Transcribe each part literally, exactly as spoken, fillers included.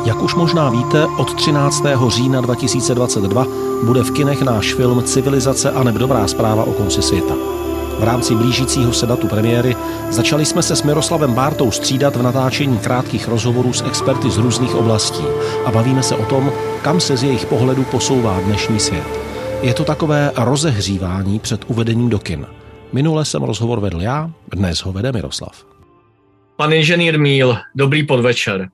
Jak už možná víte, od třináctého října dva tisíce dvacet dva bude v kinech náš film Civilizace a neb dobrá zpráva o konci světa. V rámci blížícího se datu premiéry začali jsme se s Miroslavem Bártou střídat v natáčení krátkých rozhovorů s experty z různých oblastí a bavíme se o tom, kam se z jejich pohledu posouvá dnešní svět. Je to takové rozehřívání před uvedením do kin. Minule jsem rozhovor vedl já, dnes ho vede Miroslav. Pan inženýr Míl, dobrý podvečer.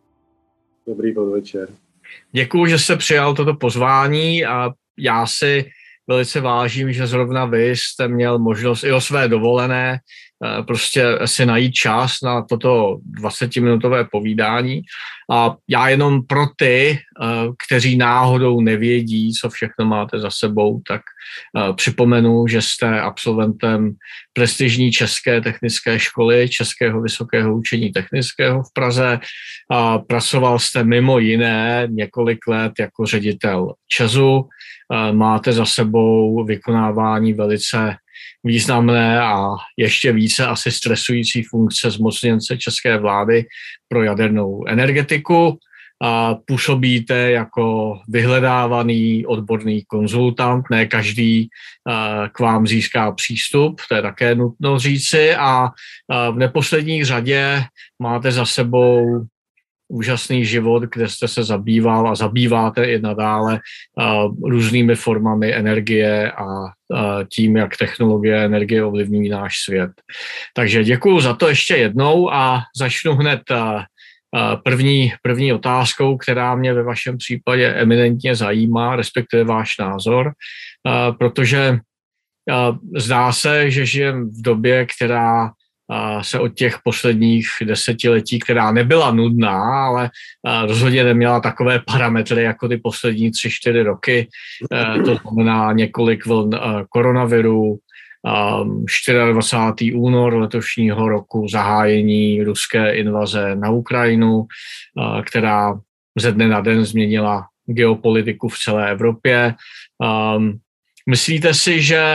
Dobrý podvečer. Děkuju, že jste přijal toto pozvání a já si velice vážím, že zrovna vy jste měl možnost i o své dovolené prostě si najít čas na toto dvacetiminutové povídání. A já jenom pro ty, kteří náhodou nevědí, co všechno máte za sebou, tak připomenu, že jste absolventem prestižní České technické školy, Českého vysokého učení technického v Praze. A pracoval jste mimo jiné několik let jako ředitel ČEZu. Máte za sebou vykonávání velice významné a ještě více asi stresující funkce zmocněnce české vlády pro jadernou energetiku. A působíte jako vyhledávaný odborný konzultant, ne každý k vám získá přístup, to je také nutno říci, a v neposlední řadě máte za sebou úžasný život, kde jste se zabýval a zabýváte i nadále uh, různými formami energie a uh, tím, jak technologie energie ovlivňují náš svět. Takže děkuju za to ještě jednou a začnu hned uh, první, první otázkou, která mě ve vašem případě eminentně zajímá, respektive váš názor, uh, protože uh, zdá se, že žijeme v době, která se od těch posledních desetiletí, která nebyla nudná, ale rozhodně neměla takové parametry jako ty poslední tři, čtyři roky. To znamená několik vln koronaviru, dvacátého čtvrtého února letošního roku zahájení ruské invaze na Ukrajinu, která ze dne na den změnila geopolitiku v celé Evropě. Myslíte si, že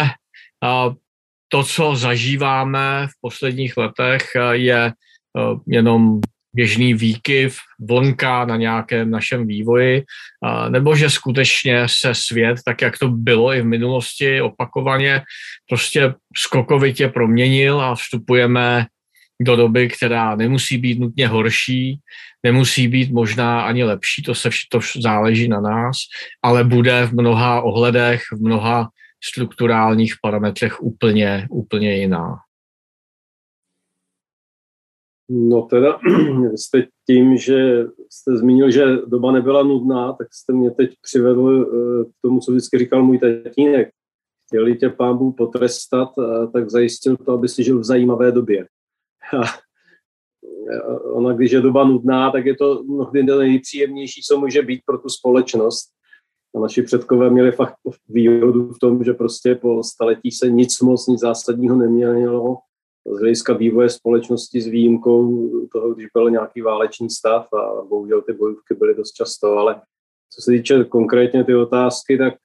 to, co zažíváme v posledních letech, je jenom běžný výkyv, vlnka na nějakém našem vývoji, nebo že skutečně se svět, tak jak to bylo i v minulosti opakovaně, prostě skokovitě proměnil a vstupujeme do doby, která nemusí být nutně horší, nemusí být možná ani lepší, to se to záleží na nás, ale bude v mnoha ohledech, v mnoha strukturálních parametrech úplně, úplně jiná. No teda jste tím, že jste zmínil, že doba nebyla nudná, tak jste mě teď přivedl k tomu, co vždycky říkal můj tatínek. Chtěli tě pán Bůh potrestat, tak zajistil to, aby si žil v zajímavé době. A ona, když je doba nudná, tak je to mnohdy nejpříjemnější, co může být pro tu společnost. A naši předkové měli fakt výhodu v tom, že prostě po staletí se nic moc, nic zásadního neměnilo. Z hlediska vývoje společnosti s výjimkou toho, když byl nějaký válečný stav a bohužel ty bojůvky byly dost často, ale co se týče konkrétně ty otázky, tak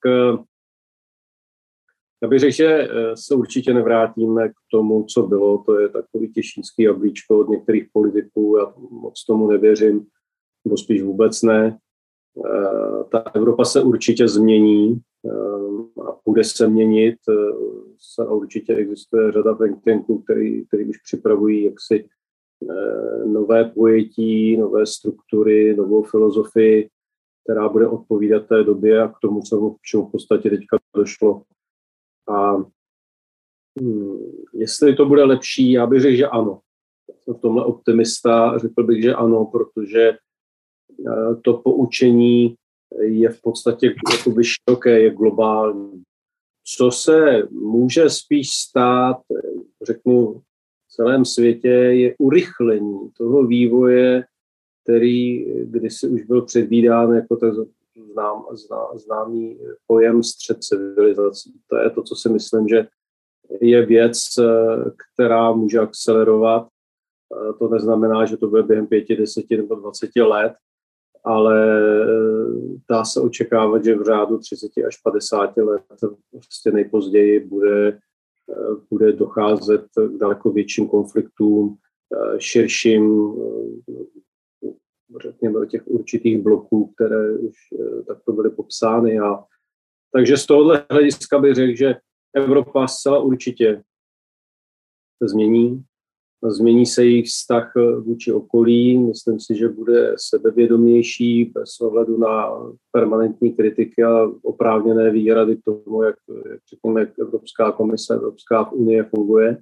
já bych řekl, že se určitě nevrátíme k tomu, co bylo. To je takový těšínský jablíčko od některých politiků, já moc tomu nevěřím, nebo spíš vůbec ne. Ta Evropa se určitě změní a bude se měnit. A určitě existuje řada think tanků, který, který už připravují jaksi nové pojetí, nové struktury, novou filozofii, která bude odpovídat té době a k tomu, co k čemu v podstatě teďka došlo. A hm, jestli to bude lepší, já bych řekl, že ano. Jsem v tomhle optimista, řekl bych, že ano, protože to poučení je v podstatě jakoby široké, je globální. Co se může spíš stát, řeknu, v celém světě, je urychlení toho vývoje, který kdysi už byl předvídán jako tak znám, zná, známý pojem střet civilizací. To je to, co si myslím, že je věc, která může akcelerovat. To neznamená, že to bude během pěti, deseti nebo dvaceti let, ale dá se očekávat, že v řádu třicet až padesát let prostě nejpozději bude, bude docházet k daleko větším konfliktům, širším, řekněme, o těch určitých bloků, které už takto byly popsány. A takže z tohohle hlediska bych řekl, že Evropa zcela určitě se změní. Změní se jejich vztah vůči okolí. Myslím si, že bude sebevědomější bez ohledu na permanentní kritiky a oprávněné výhrady k tomu, jak, jak řekněme, jak Evropská komise, Evropská unie funguje.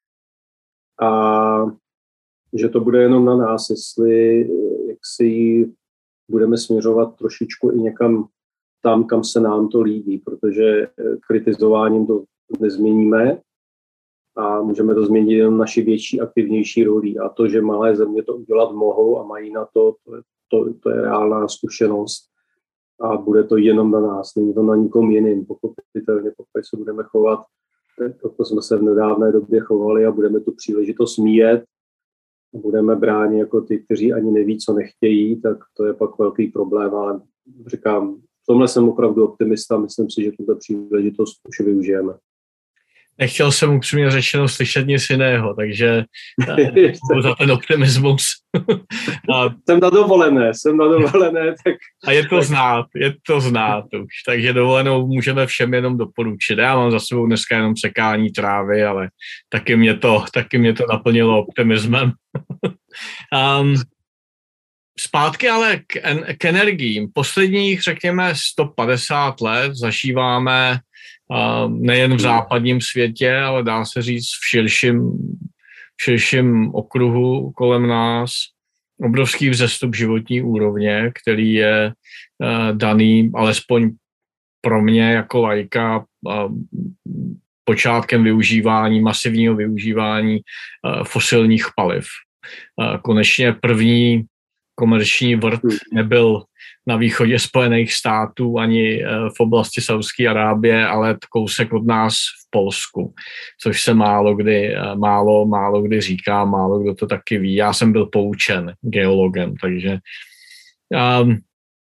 A že to bude jenom na nás, jestli jak si budeme směřovat trošičku i někam tam, kam se nám to líbí, protože kritizováním to nezměníme a můžeme to změnit jenom naši větší, aktivnější roli. A to, že malé země to udělat mohou a mají na to, to je, to, to je reálná zkušenost a bude to jenom na nás, není to na nikom jiným. Pochopitelně, pokud se budeme chovat, tak jsme se v nedávné době chovali a budeme tu příležitost míjet, budeme bráni jako ty, kteří ani neví, co nechtějí, tak to je pak velký problém, ale říkám, v tomhle jsem opravdu optimista, myslím si, že tuto příležitost už využijeme. Nechtěl jsem upřímně řečeno slyšet nic jiného, takže děkuji za ten optimismus. a, jsem na dovolené, jsem na dovolené. Tak, a je to tak. znát, je to znát už, takže dovolenou můžeme všem jenom doporučit. Já mám za sebou dneska jenom sekání trávy, ale taky mě to, taky mě to naplnilo optimismem. um, Zpátky ale k, en, k energiím. Posledních, řekněme, sto padesát let zažíváme uh, nejen v západním světě, ale dá se říct v širším, v širším okruhu kolem nás obrovský vzestup životní úrovně, který je uh, daný, alespoň pro mě jako laika, uh, počátkem využívání, masivního využívání uh, fosilních paliv. Uh, konečně první komerční vrt nebyl na východě Spojených států ani v oblasti Saúdské Arábie, ale kousek od nás v Polsku, což se málo kdy, málo, málo kdy říká, málo kdo to taky ví. Já jsem byl poučen geologem, takže um,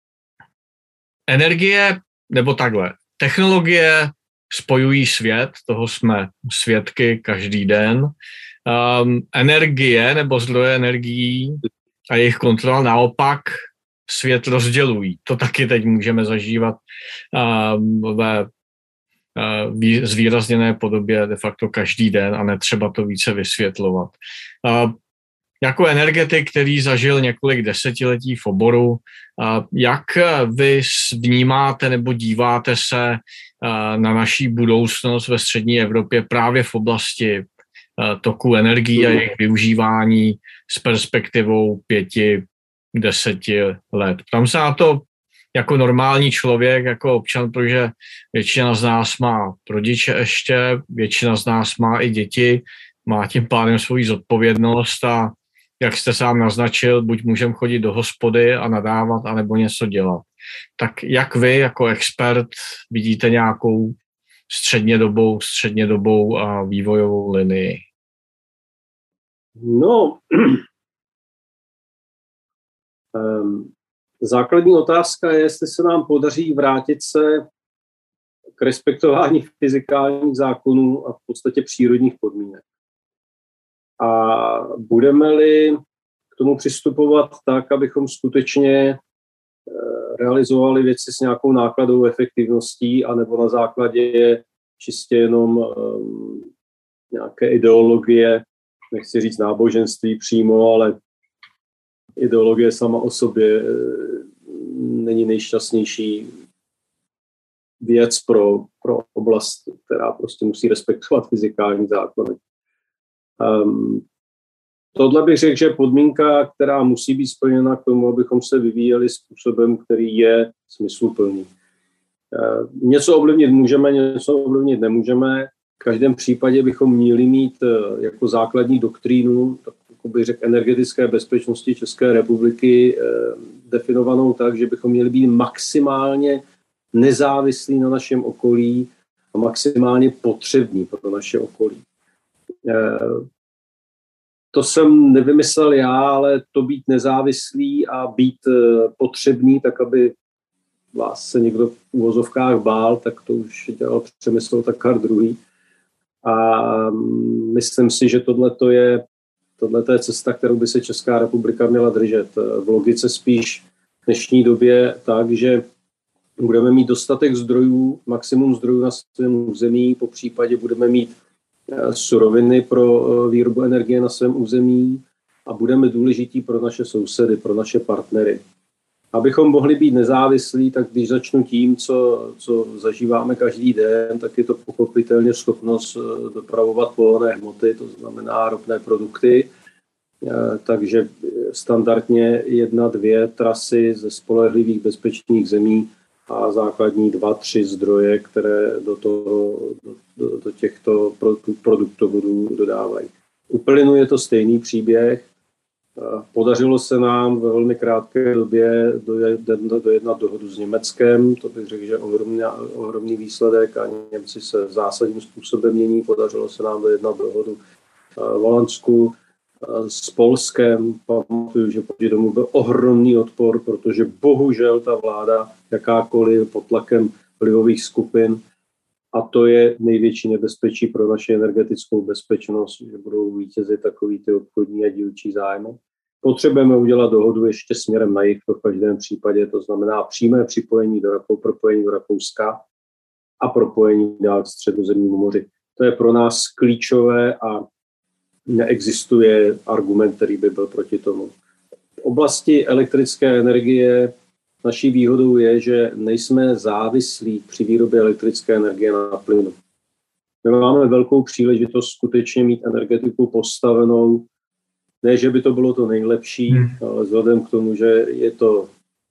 energie, nebo takhle, technologie spojují svět, toho jsme svědky každý den. Um, energie nebo zdroje energií a jejich kontrola naopak svět rozdělují. To taky teď můžeme zažívat uh, ve uh, zvýrazněné podobě de facto každý den a netřeba to více vysvětlovat. Uh, jako energetik, který zažil několik desetiletí v oboru, uh, jak vy vnímáte nebo díváte se uh, na naší budoucnost ve střední Evropě právě v oblasti toku energií a jejich využívání s perspektivou pěti, deseti let. Tam se na to jako normální člověk, jako občan, protože většina z nás má rodiče ještě, většina z nás má i děti, má tím pádem svoji zodpovědnost a jak jste sám naznačil, buď můžeme chodit do hospody a nadávat, anebo něco dělat. Tak jak vy jako expert vidíte nějakou střednědobou, střednědobou a vývojovou linii? No, um, základní otázka je, jestli se nám podaří vrátit se k respektování fyzikálních zákonů a v podstatě přírodních podmínek. A budeme-li k tomu přistupovat tak, abychom skutečně realizovali věci s nějakou nákladovou efektivností, anebo na základě čistě jenom um, nějaké ideologie, nechci říct náboženství přímo, ale ideologie sama o sobě není nejšťastnější věc pro, pro oblast, která prostě musí respektovat fyzikální zákony. Um, tohle bych řekl, že je podmínka, která musí být splněna k tomu, abychom se vyvíjeli způsobem, který je smysluplný. Uh, něco ovlivnit můžeme, něco ovlivnit nemůžeme. V každém případě bychom měli mít uh, jako základní doktrínu, tak jako bych řekl, energetické bezpečnosti České republiky uh, definovanou tak, že bychom měli být maximálně nezávislí na našem okolí a maximálně potřební pro naše okolí. Uh, To jsem nevymyslel já, ale to být nezávislý a být potřebný, tak aby vás se někdo v uvozovkách bál, tak to už dělal Přemysl Takar druhý. A myslím si, že tohle je tohle je cesta, kterou by se Česká republika měla držet. V logice spíš v dnešní době tak, že budeme mít dostatek zdrojů, maximum zdrojů na svém území, po případě budeme mít suroviny pro výrobu energie na svém území a budeme důležití pro naše sousedy, pro naše partnery. Abychom mohli být nezávislí, tak když začnu tím, co, co zažíváme každý den, tak je to pochopitelně schopnost dopravovat pohonné hmoty, to znamená ropné produkty. Takže standardně jedna, dvě trasy ze spolehlivých bezpečných zemí a základní dva, tři zdroje, které do, toho, do, do těchto produktovodů dodávají. U plynu je to stejný příběh. Podařilo se nám ve velmi krátké době dojednat dohodu s Německem, to bych řekl, že je ohromný, ohromný výsledek a Němci se zásadním způsobem mění. Podařilo se nám dojednat dohodu v Holandsku s Polskem. Pamatuju, že proti tomu byl ohromný odpor, protože bohužel ta vláda jakákoliv pod tlakem vlivových skupin, a to je největší nebezpečí pro naši energetickou bezpečnost, že budou vítězit takový ty obchodní a dílčí zájmy. Potřebujeme udělat dohodu ještě směrem na jih, to v každém případě, to znamená přímé připojení do Rakou, propojení do Rakouska a propojení dál k Středozemnímu moři. To je pro nás klíčové a neexistuje argument, který by byl proti tomu. V oblasti elektrické energie naší výhodou je, že nejsme závislí při výrobě elektrické energie na plynu. My máme velkou příležitost skutečně mít energetiku postavenou, ne, že by to bylo to nejlepší, hmm. ale vzhledem k tomu, že je to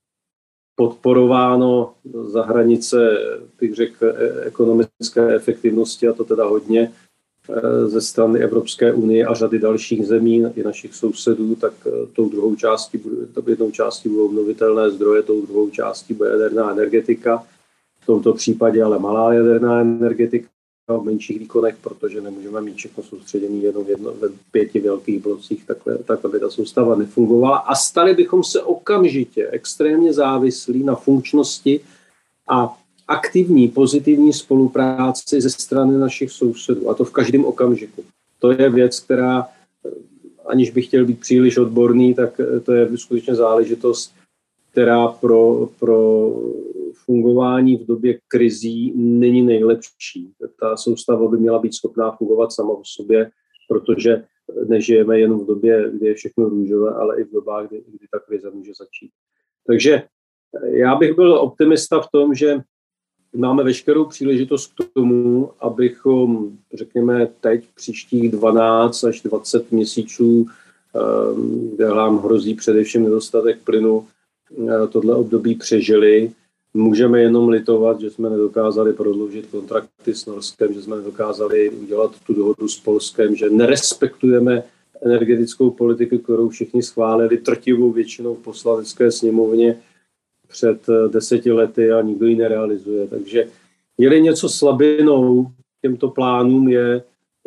podporováno za hranice, bych řekl, ekonomické efektivnosti, a to teda hodně, ze strany Evropské unie a řady dalších zemí i našich sousedů, tak tou druhou částí, jednou částí budou obnovitelné zdroje, tou druhou částí bude jaderná energetika, v tomto případě ale malá jaderná energetika v menších výkonech, protože nemůžeme mít všechno soustředěné jenom v jedno, ve pěti velkých blocích, takhle, tak aby ta soustava nefungovala a stali bychom se okamžitě extrémně závislí na funkčnosti a aktivní, pozitivní spolupráci ze strany našich sousedů, a to v každém okamžiku. To je věc, která, aniž bych chtěl být příliš odborný, tak to je skutečně záležitost, která pro, pro fungování v době krizí není nejlepší. Ta soustava by měla být schopná fungovat sama o sobě, protože nežijeme jenom v době, kdy je všechno růžové, ale i v dobách, kdy, kdy ta krize může začít. Takže já bych byl optimista v tom, že máme veškerou příležitost k tomu, abychom, řekněme, teď příštích dvanáct až dvacet měsíců, kde nám hrozí především nedostatek plynu, tohle období přežili. Můžeme jenom litovat, že jsme nedokázali prodloužit kontrakty s Norskem, že jsme nedokázali udělat tu dohodu s Polskem, že nerespektujeme energetickou politiku, kterou všichni schválili drtivou většinou v poslanecké sněmovně před deseti lety a nikdo ji nerealizuje. Takže je-li něco slabinou těmto plánům je,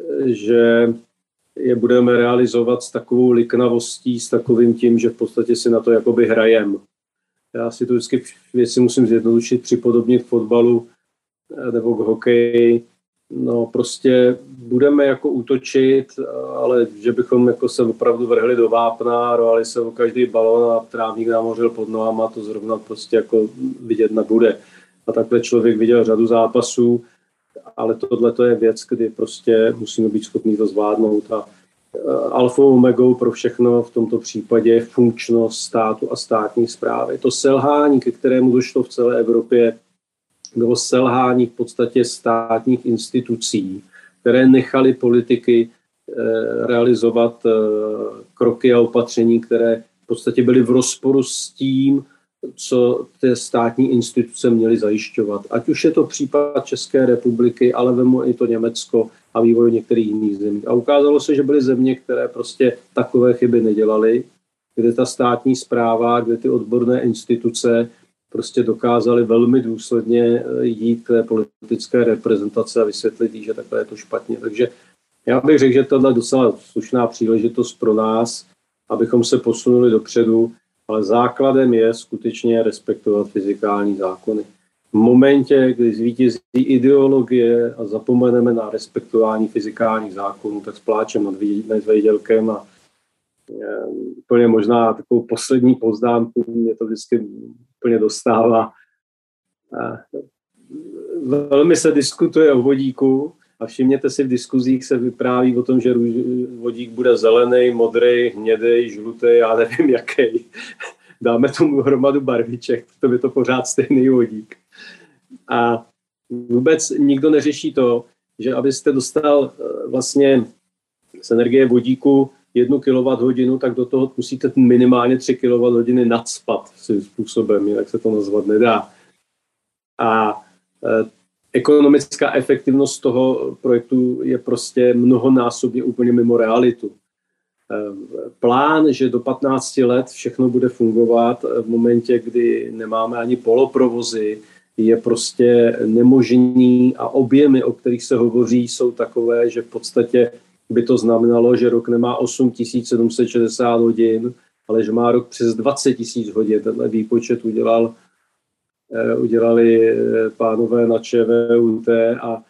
že je budeme realizovat s takovou liknavostí, s takovým tím, že v podstatě si na to jakoby hrajem. Já si to vždycky věci musím zjednodušit, připodobnit k fotbalu nebo k hokeji. No prostě budeme jako útočit, ale že bychom jako se opravdu vrhli do vápna, rohali se o každý balon a trávník nám hořel pod nohama, to zrovna prostě jako vidět nebude. A takhle člověk viděl řadu zápasů, ale tohle to je věc, kdy prostě musíme být schopni to zvládnout. A alfou omegou pro všechno v tomto případě je funkčnost státu a státní správy. To selhání, ke kterému došlo v celé Evropě, bylo selhání v podstatě státních institucí, které nechaly politiky eh, realizovat eh, kroky a opatření, které v podstatě byly v rozporu s tím, co ty státní instituce měly zajišťovat. Ať už je to případ České republiky, ale vemu i to Německo a vývoj některých jiných zemí. A ukázalo se, že byly země, které prostě takové chyby nedělaly, kde ta státní správa, kde ty odborné instituce prostě dokázali velmi důsledně jít k té politické reprezentaci a vysvětlit, že takhle je to špatně. Takže já bych řekl, že tohle je docela slušná příležitost pro nás, abychom se posunuli dopředu, ale základem je skutečně respektovat fyzikální zákony. V momentě, kdy zvítězí ideologie a zapomeneme na respektování fyzikálních zákonů, tak s pláčem nad výdělkem a úplně možná takovou poslední poznámku, mě to vždycky úplně dostává. Velmi se diskutuje o vodíku a všimněte si, v diskuzích se vypráví o tom, že vodík bude zelený, modrý, hnědý, žlutý, já nevím jaký. Dáme tomu hromadu barviček, to je to pořád stejný vodík. A vůbec nikdo neřeší to, že abyste dostal vlastně z energie vodíku jednu kilowatthodinu, tak do toho musíte minimálně tři kilowatthodiny nadspat svým způsobem, jinak se to nazvat nedá. A e, ekonomická efektivnost toho projektu je prostě mnohonásobně úplně mimo realitu. E, plán, že do patnácti let všechno bude fungovat v momentě, kdy nemáme ani poloprovozy, je prostě nemožný a objemy, o kterých se hovoří, jsou takové, že v podstatě by to znamenalo, že rok nemá osm tisíc sedm set šedesát hodin, ale že má rok přes dvacet tisíc hodin. Tenhle výpočet udělal, udělali pánové na ČVUT a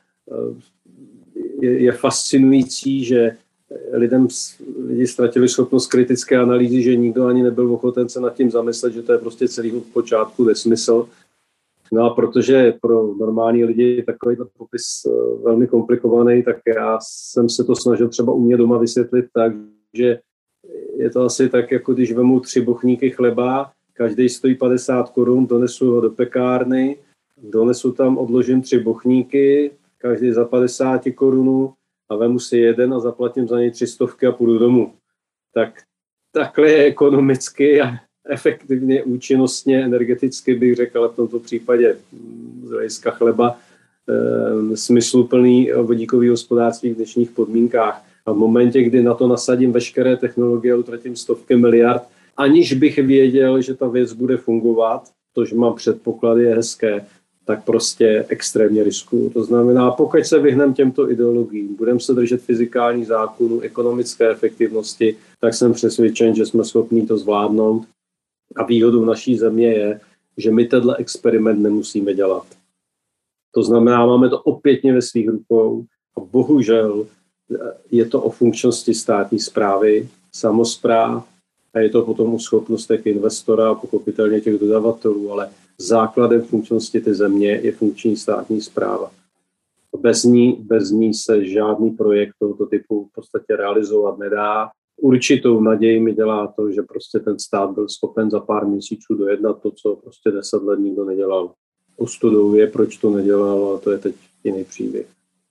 je, je fascinující, že lidem, lidi ztratili schopnost kritické analýzy, že nikdo ani nebyl ochoten se nad tím zamyslet, že to je prostě celý od počátku nesmysl. No a protože pro normální lidi je takový popis velmi komplikovaný, tak já jsem se to snažil třeba u mě doma vysvětlit tak, že je to asi tak, jako když vemu tři bochníky chleba, každý stojí padesát korun, donesu ho do pekárny, donesu tam, odložím tři bochníky, každý za padesát korun a vemu si jeden a zaplatím za něj tři stovky a půjdu domů. Tak takhle je ekonomicky a efektivně, účinnostně, energeticky bych řekl, ale v tomto případě z hlediska chleba e, smysluplný vodíkový hospodářství v dnešních podmínkách. A v momentě, kdy na to nasadím veškeré technologie a utratím stovky miliard, aniž bych věděl, že ta věc bude fungovat, to, že mám předpoklady, je hezké, tak prostě extrémně riskuju. To znamená, pokud se vyhneme těmto ideologiím, budeme se držet fyzikálních zákonů, ekonomické efektivnosti, tak jsem přesvědčen, že jsme schopni to zvládnout. A výhodou naší země je, že my tenhle experiment nemusíme dělat. To znamená, máme to opětně ve svých rukou a bohužel je to o funkčnosti státní správy, samospráv a je to potom o schopnostech investora a pochopitelně těch dodavatelů, ale základem funkčnosti té země je funkční státní správa. Bez ní, bez ní se žádný projekt tohoto typu v podstatě realizovat nedá. Určitou naději mi dělá to, že prostě ten stát byl schopen za pár měsíců dojednat to, co prostě deset let nikdo nedělal. Ostudou je, proč to nedělal, a to je teď jiný příběh.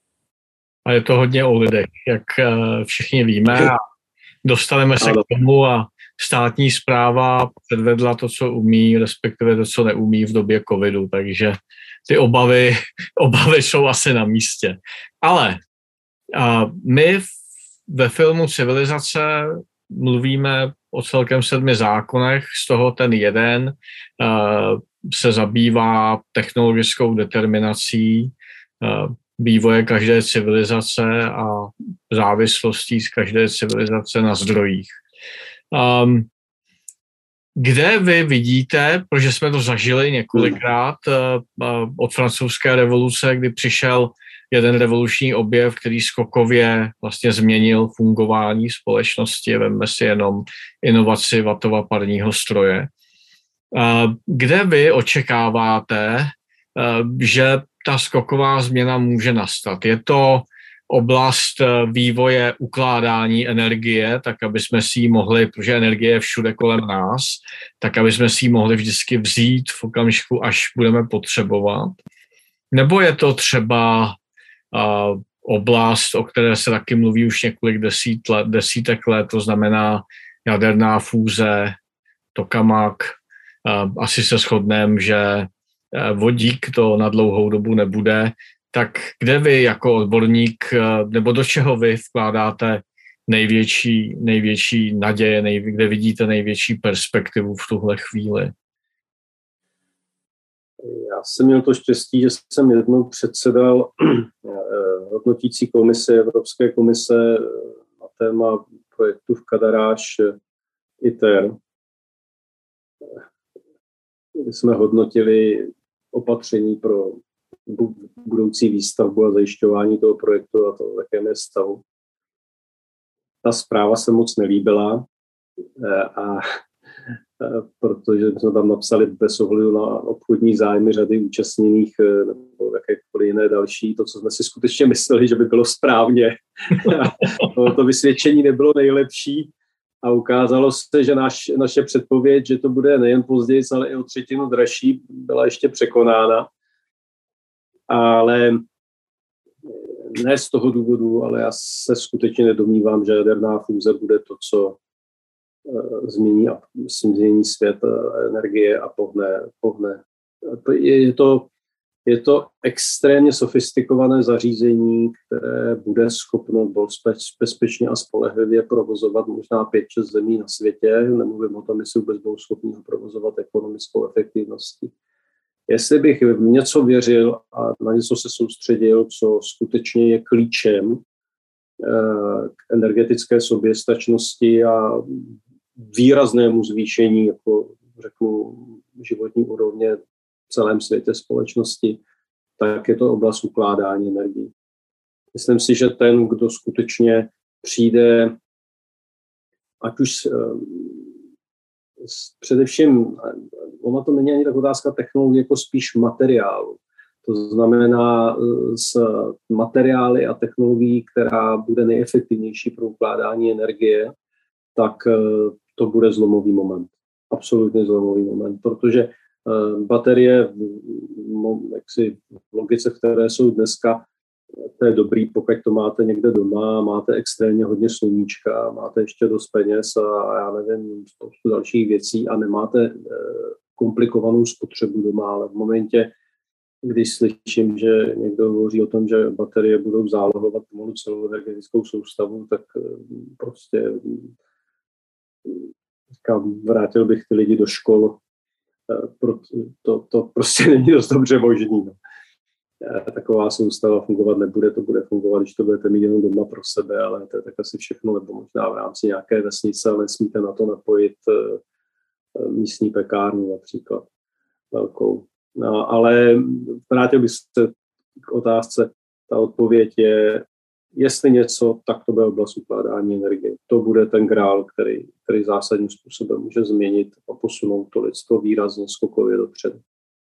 A je to hodně o lidech, jak všichni víme. A dostaneme se k tomu a státní správa předvedla to, co umí, respektive to, co neumí v době covidu, takže ty obavy, obavy jsou asi na místě. Ale a my ve filmu Civilizace mluvíme o celkem sedmi zákonech, z toho ten jeden uh, se zabývá technologickou determinací uh, vývoje každé civilizace a závislostí z každé civilizace na zdrojích. Um, kde vy vidíte, protože jsme to zažili několikrát uh, od francouzské revoluce, kdy přišel jeden revoluční objev, který skokově vlastně změnil fungování společnosti, vemme si jenom inovaci Wattova parního stroje. Kde vy očekáváte, že ta skoková změna může nastat? Je to oblast vývoje ukládání energie, tak aby jsme si ji mohli, protože energie je všude kolem nás, tak aby jsme si ji mohli vždycky vzít v okamžiku, až budeme potřebovat? Nebo je to třeba Uh, oblast, o které se taky mluví už několik desít let, desítek let, to znamená jaderná fúze, tokamak. Uh, asi se shodneme, že uh, vodík to na dlouhou dobu nebude. Tak kde vy jako odborník, uh, nebo do čeho vy vkládáte největší, největší naděje, nej, kde vidíte největší perspektivu v tuhle chvíli? Já jsem měl to štěstí, že jsem jednou předsedal hodnotící komisi Evropské komise na téma projektu v Kadaráš ITER. Kdy jsme hodnotili opatření pro budoucí výstavbu a zajišťování toho projektu a to, v jakém je stavu. Ta zpráva se moc nelíbila A protože jsme tam napsali bez ohledu na obchodní zájmy řady účastněných nebo jakékoliv jiné další, to, co jsme si skutečně mysleli, že by bylo správně. to, to vysvědčení nebylo nejlepší a ukázalo se, že naš, naše předpověď, že to bude nejen později, ale i o třetinu dražší, byla ještě překonána. Ale ne z toho důvodu, ale já se skutečně nedomnívám, že jaderná fúze bude to, co změní, změní svět energie a pohne. pohne. Je, to, je to extrémně sofistikované zařízení, které bude schopno bezpečně a spolehlivě provozovat možná pět šest zemí na světě. Nemluvím o tom, jestli vůbec budou schopni ho provozovat ekonomickou efektivností. Jestli bych v něco věřil a na něco se soustředil, co skutečně je klíčem k energetické soběstačnosti a výraznému zvýšení, jako řeknu, životní úrovně v celém světě společnosti, tak je to oblast ukládání energií. Myslím si, že ten, kdo skutečně přijde, ať už především, ona to není ani tak otázka technologie, jako spíš materiálu. To znamená s materiály a technologií, která bude nejefektivnější pro ukládání energie, tak to bude zlomový moment. Absolutně zlomový moment, protože baterie jaksi v logice, které jsou dneska, to je dobrý, pokud to máte někde doma, máte extrémně hodně sluníčka, máte ještě dost peněz a já nevím, spoustu dalších věcí a nemáte komplikovanou spotřebu doma, ale v momentě, když slyším, že někdo hovoří o tom, že baterie budou zálohovat pomalu celou energetickou soustavu, tak prostě říkám, vrátil bych ty lidi do škol. To, to prostě není dost dobře možný. No. Taková soustava fungovat nebude, to bude fungovat, když to budete mít jenom doma pro sebe, ale to je tak asi všechno, nebo možná v rámci nějaké vesnice, ale nesmíte na to napojit místní pekárnu například velkou. No, ale vrátil bych se k otázce, ta odpověď je, jestli něco, tak to bude oblast ukládání energie. To bude ten grál, který, který zásadním způsobem může změnit a posunout to lidstvo výrazně skokově dopředu.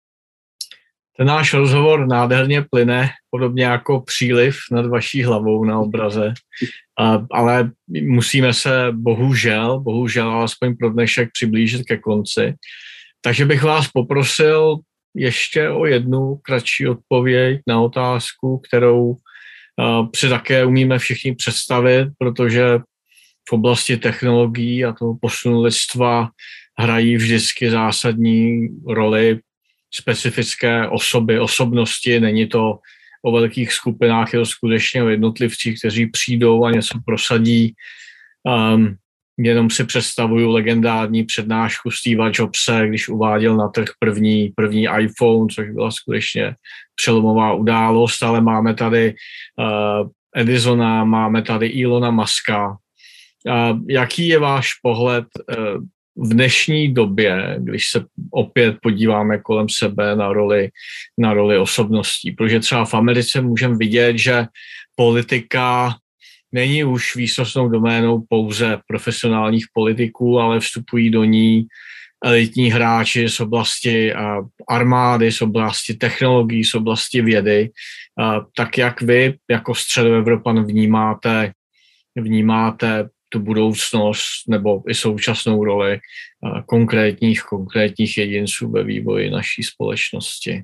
Ten náš rozhovor nádherně plyne, podobně jako příliv nad vaší hlavou na obraze, a, ale musíme se bohužel, bohužel alespoň pro dnešek přiblížit ke konci. Takže bych vás poprosil ještě o jednu kratší odpověď na otázku, kterou uh, si také umíme všichni představit, protože v oblasti technologií a toho posunu lidstva hrají vždycky zásadní roli specifické osoby, osobnosti. Není to o velkých skupinách, je to skutečně o jednotlivcích, kteří přijdou a něco prosadí. Um, jenom si představuju legendární přednášku Steva Jobse, když uváděl na trh první, první iPhone, což byla skutečně přelomová událost, ale máme tady uh, Edisona, máme tady Elona Muska. Uh, jaký je váš pohled uh, v dnešní době, když se opět podíváme kolem sebe na roli, na roli osobností? Protože třeba v Americe můžeme vidět, že politika není už výsostnou doménou pouze profesionálních politiků, ale vstupují do ní elitní hráči z oblasti armády, z oblasti technologií, z oblasti vědy. Tak jak vy jako Středoevropan vnímáte, vnímáte tu budoucnost nebo i současnou roli konkrétních, konkrétních jedinců ve vývoji naší společnosti?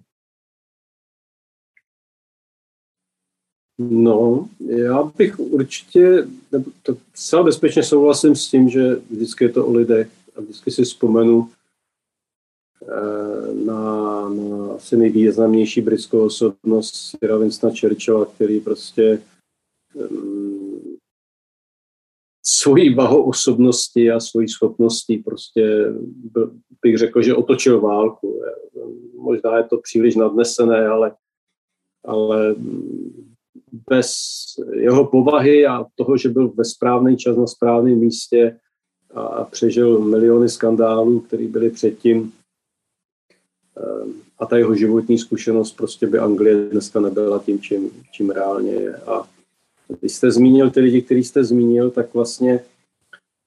No, já bych určitě, to celá bezpečně souhlasím s tím, že vždycky je to o lidech a vždycky si vzpomenu na, na asi nejvýznamnější britskou osobnost Sira Winstona Churchilla, který prostě um, svojí vahou osobnosti a svojí schopností prostě bych řekl, že otočil válku. Možná je to příliš nadnesené, ale, ale bez jeho povahy a toho, že byl ve správný čas na správném místě a přežil miliony skandálů, které byly předtím, a ta jeho životní zkušenost, prostě by Anglie dneska nebyla tím, čím, čím reálně je. A když jste zmínil ty lidi, který jste zmínil, tak vlastně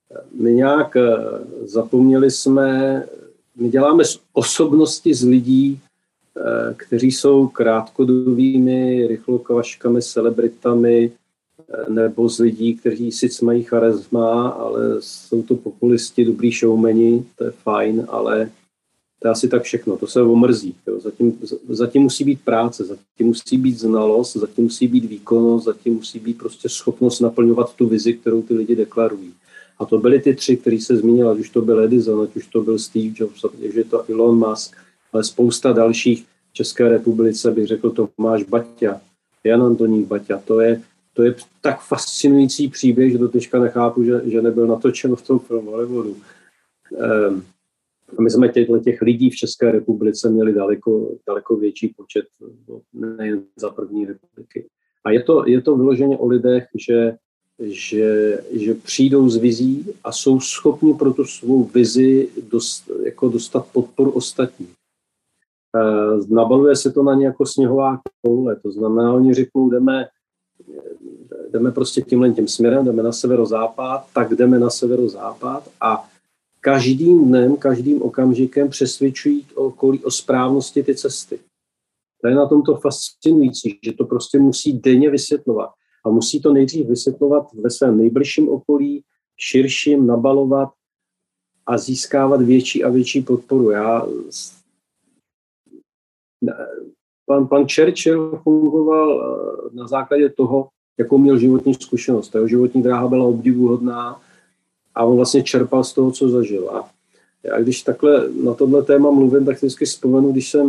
My nějak zapomněli jsme, my děláme z osobnosti z lidí, kteří jsou krátkodobými rychlokvaškami, celebritami, nebo z lidí, kteří sice mají charisma, ale jsou to populisti, dobrý showmeni, to je fajn, ale to je asi tak všechno, to se omrzí. Jo. Zatím, zatím musí být práce, zatím musí být znalost, zatím musí být výkonnost, zatím musí být prostě schopnost naplňovat tu vizi, kterou ty lidi deklarují. A to byly ty tři, který se zmínil, ať už to byl Edison, ať už to byl Steve Jobs, ať už je to Elon Musk, ale spousta dalších v České republice, bych řekl Tomáš Baťa, Jan Antonín Baťa. To je, to je tak fascinující příběh, že do teďka nechápu, že, že nebyl natočen v tom filmu Hollywoodu. Um, my jsme těchto těch lidí v České republice měli daleko, daleko větší počet, nejen za první republiky. A je to, je to vyloženě o lidech, že Že, že přijdou s vizí a jsou schopni pro tu svou vizi dost, jako dostat podporu ostatní. E, nabaluje se to na ně jako sněhová koule, to znamená, oni řeknou, jdeme, jdeme prostě tímhle tím směrem, jdeme na severozápad, tak jdeme na severozápad a každým dnem, každým okamžikem přesvědčují o okolí o správnosti ty cesty. To je na tomto fascinující, že to prostě musí denně vysvětlovat. A musí to nejdřív vysvětlovat ve svém nejbližším okolí, širším, nabalovat a získávat větší a větší podporu. Já, pan, pan Churchill fungoval na základě toho, jakou měl životní zkušenost. Jeho životní dráha byla obdivuhodná a on vlastně čerpal z toho, co zažil. A já když takhle na tohle téma mluvím, tak vždycky vzpomenu, když jsem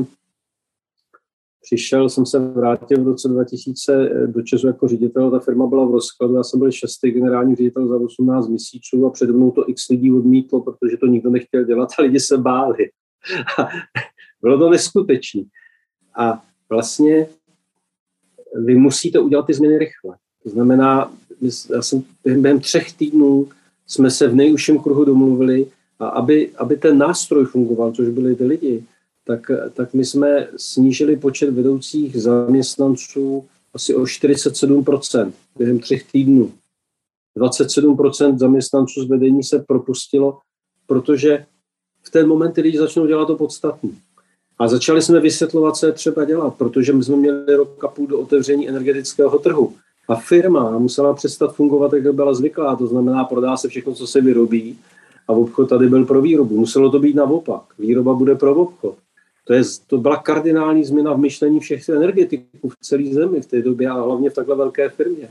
Přišel jsem se vrátil v roce dva tisíce do ČEZu jako ředitel, ta firma byla v rozkladu, já jsem byl šestý generální ředitel za osmnáct měsíců a přede mnou to x lidí odmítlo, protože to nikdo nechtěl dělat a lidi se báli. A bylo to neskutečné. A vlastně vy musíte udělat ty změny rychle. To znamená, já jsem během třech týdnů jsme se v nejužším kruhu domluvili a aby, aby ten nástroj fungoval, což byli ty lidi, Tak, tak my jsme snížili počet vedoucích zaměstnanců asi o čtyřicet sedm procent během třech týdnů. dvacet sedm procent zaměstnanců z vedení se propustilo, protože v ten moment ty lidi začnou dělat to podstatné. A začali jsme vysvětlovat, co je třeba dělat, protože my jsme měli rok a půl do otevření energetického trhu. A firma musela přestat fungovat, jak byla zvyklá, to znamená, prodá se všechno, co se vyrobí, a obchod tady byl pro výrobu. Muselo to být naopak. Výroba bude pro obchod. To, je, to byla kardinální změna v myšlení všech energetiků v celé zemi v té době a hlavně v takhle velké firmě.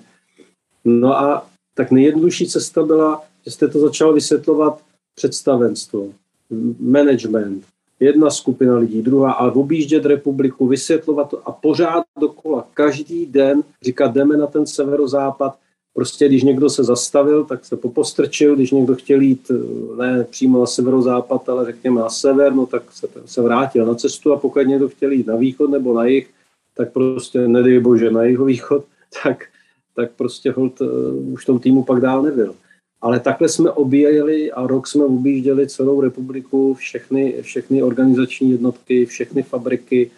No a tak nejjednodušší cesta byla, že jste to začal vysvětlovat představenstvo, management, jedna skupina lidí, druhá, ale objíždět republiku, vysvětlovat to a pořád dokola, každý den říkat, jdeme na ten severozápad. Prostě když někdo se zastavil, tak se popostrčil, když někdo chtěl jít ne přímo na severozápad, ale řekněme na sever, no tak se, se vrátil na cestu a pokud někdo chtěl jít na východ nebo na jih, tak prostě nedej bože na jihovýchod, tak, tak prostě holt uh, už v tom týmu pak dál nebyl. Ale takhle jsme objeli a rok jsme objížděli celou republiku, všechny, všechny organizační jednotky, všechny fabriky.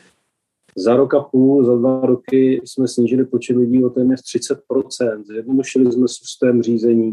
Za rok a půl, za dva roky jsme snížili počet lidí o téměř třicet procent. Zjednodušili jsme systém řízení.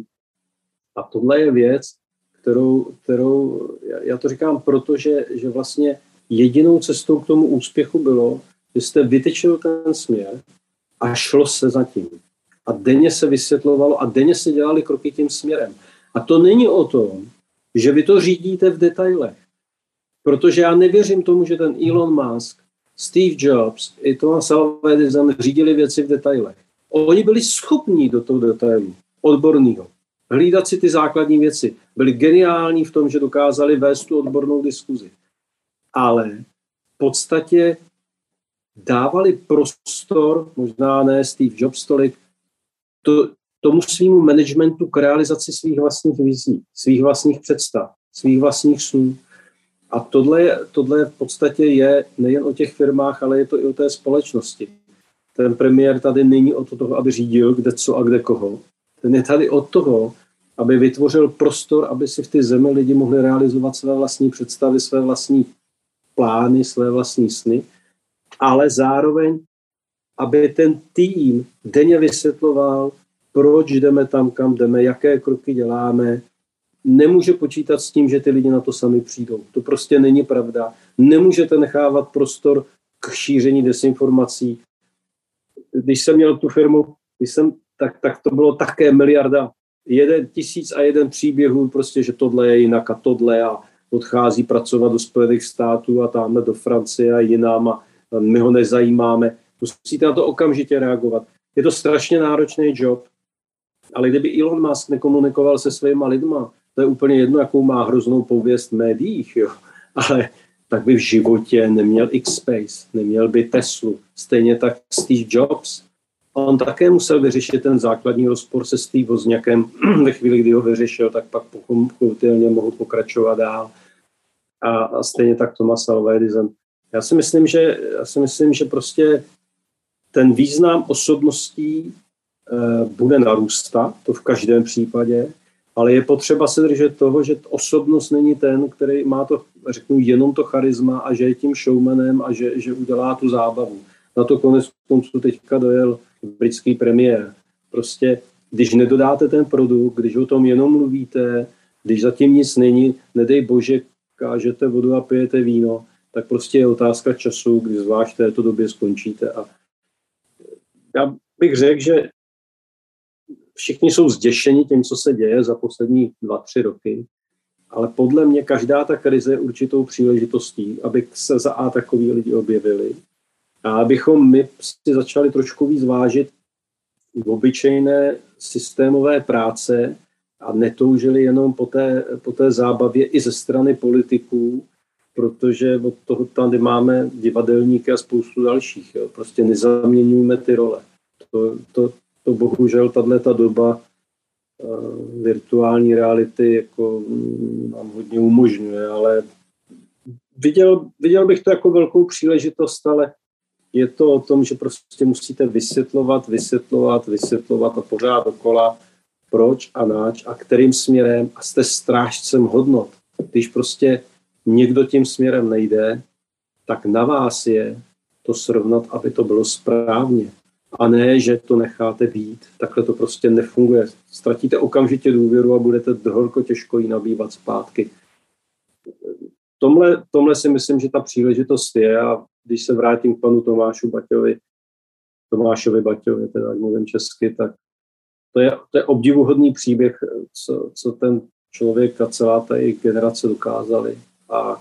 A tohle je věc, kterou, kterou já to říkám proto, že, že vlastně jedinou cestou k tomu úspěchu bylo, že jste vytyčil ten směr a šlo se za tím. A denně se vysvětlovalo a denně se dělali kroky tím směrem. A to není o tom, že vy to řídíte v detailech. Protože já nevěřím tomu, že ten Elon Musk, Steve Jobs i Thomas Alva Edison řídili věci v detailech. Oni byli schopní do toho detailu, odborného, hlídat si ty základní věci. Byli geniální v tom, že dokázali vést tu odbornou diskuzi. Ale v podstatě dávali prostor, možná ne Steve Jobs tolik, to, tomu svýmu managementu k realizaci svých vlastních vizí, svých vlastních představ, svých vlastních snů. A tohle, tohle v podstatě je nejen o těch firmách, ale je to i o té společnosti. Ten premiér tady není o toho, aby řídil kde co a kde koho. Ten je tady od toho, aby vytvořil prostor, aby si v té zemi lidi mohli realizovat své vlastní představy, své vlastní plány, své vlastní sny, ale zároveň, aby ten tým denně vysvětloval, proč jdeme tam, kam jdeme, jaké kroky děláme, nemůže počítat s tím, že ty lidi na to sami přijdou. To prostě není pravda. Nemůžete nechávat prostor k šíření desinformací. Když jsem měl tu firmu, když jsem, tak, tak to bylo také miliarda. Jeden tisíc a jeden příběhů, prostě, že tohle je jinak a tohle a odchází pracovat do Spojených států a tamhle do Francie a jinam a my ho nezajímáme. Musíte na to okamžitě reagovat. Je to strašně náročný job, ale kdyby Elon Musk nekomunikoval se svýma lidma, to je úplně jedno, jakou má hroznou pověst v médiích, jo. Ale tak by v životě neměl X-Space, neměl by Teslu. Stejně tak Steve Jobs. On také musel vyřešit ten základní rozpor se Steve Wozniakem. Ve chvíli, kdy ho vyřešil, tak pak pochopitelně mohl pokračovat dál. A, a stejně tak Thomas Alva Edison. Já si myslím, že, já si myslím, že prostě ten význam osobností e, bude narůstat, to v každém případě, ale je potřeba se držet toho, že osobnost není ten, který má to, řeknu, jenom to charisma a že je tím showmanem a že, že udělá tu zábavu. Na to konec konců teďka dojel britský premiér. Prostě, když nedodáte ten produkt, když o tom jenom mluvíte, když zatím nic není, nedej bože, kážete vodu a pijete víno, tak prostě je otázka času, kdy zvlášť v této době skončíte. A já bych řekl, že všichni jsou zděšeni tím, co se děje za poslední dva, tři roky, ale podle mě každá ta krize je určitou příležitostí, aby se za A takový lidi objevili a abychom my si začali trošku víc vážit v obyčejné systémové práce a netoužili jenom po té, po té zábavě i ze strany politiků, protože od toho tady máme divadelníky a spoustu dalších. Jo. Prostě nezaměňujme ty role. To, to, to bohužel tato doba uh, virtuální reality jako nám hodně umožňuje, ale viděl, viděl bych to jako velkou příležitost, ale je to o tom, že prostě musíte vysvětlovat, vysvětlovat, vysvětlovat a pořád dokola, proč a náč a kterým směrem a jste strážcem hodnot. Když prostě někdo tím směrem nejde, tak na vás je to srovnat, aby to bylo správně. A ne, že to necháte být. Takhle to prostě nefunguje. Ztratíte okamžitě důvěru a budete horko těžko ji nabývat zpátky. Tomhle, tomhle si myslím, že ta příležitost je a když se vrátím k panu Tomášu Baťovi, Tomášovi Baťovi, teda jak mluvím česky, tak to je, to je obdivuhodný příběh, co, co ten člověk a celá ta jejich generace dokázali a,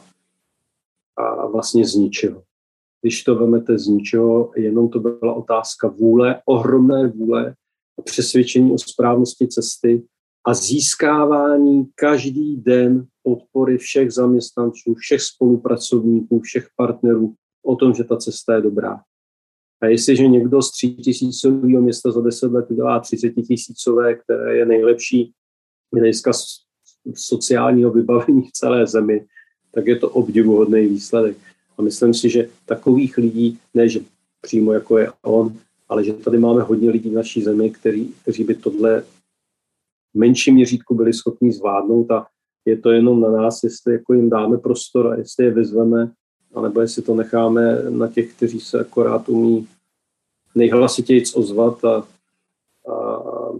a vlastně z ničeho. Když to vemete z ničeho, jenom to byla otázka vůle, ohromné vůle a přesvědčení o správnosti cesty a získávání každý den podpory všech zaměstnanců, všech spolupracovníků, všech partnerů o tom, že ta cesta je dobrá. A jestliže někdo z třítisícového města za deset let udělá třicetitisícové, které je nejlepší hlediska sociálního vybavení v celé zemi, tak je to obdivuhodný výsledek. A myslím si, že takových lidí, ne že přímo jako je on, ale že tady máme hodně lidí v naší zemi, který, kteří by tohle v menším měřítku byli schopni zvládnout a je to jenom na nás, jestli jako jim dáme prostor a jestli je vyzveme, anebo jestli to necháme na těch, kteří se akorát umí nejhlasitějc ozvat a, a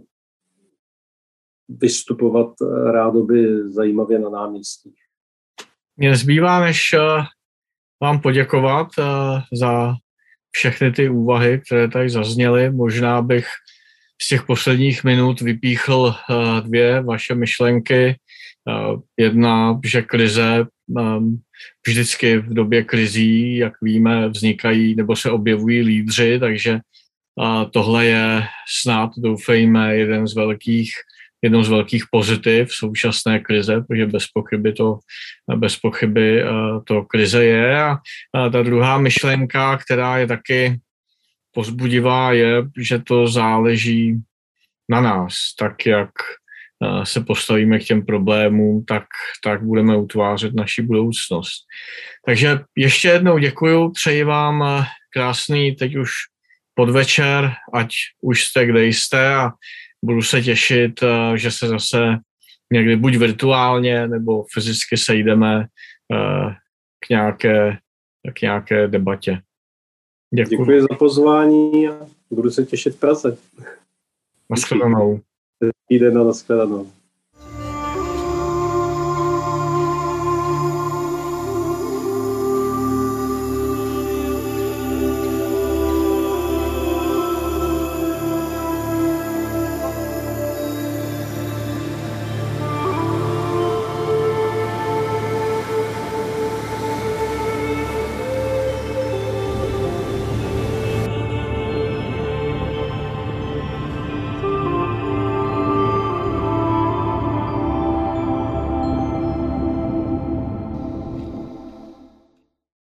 vystupovat rádoby zajímavě na náměstích. Mně nezbývá, než vám poděkovat za všechny ty úvahy, které tady zazněly. Možná bych z těch posledních minut vypíchl dvě vaše myšlenky. Jedna, že krize vždycky v době krizí, jak víme, vznikají nebo se objevují lídři, takže tohle je snad, doufejme, jeden z velkých, jednou z velkých pozitiv současné krize, protože bez pochyby to, bez pochyby to krize je. A ta druhá myšlenka, která je taky povzbudivá, je, že to záleží na nás, tak jak se postavíme k těm problémům, tak, tak budeme utvářet naši budoucnost. Takže ještě jednou děkuju, přeji vám krásný teď už podvečer, ať už jste kde jste a budu se těšit, že se zase někdy buď virtuálně nebo fyzicky sejdeme k nějaké, k nějaké debatě. Děkuji. Děkuji za pozvání a budu se těšit v Praze. Nashledanou. Týden na nashledanou.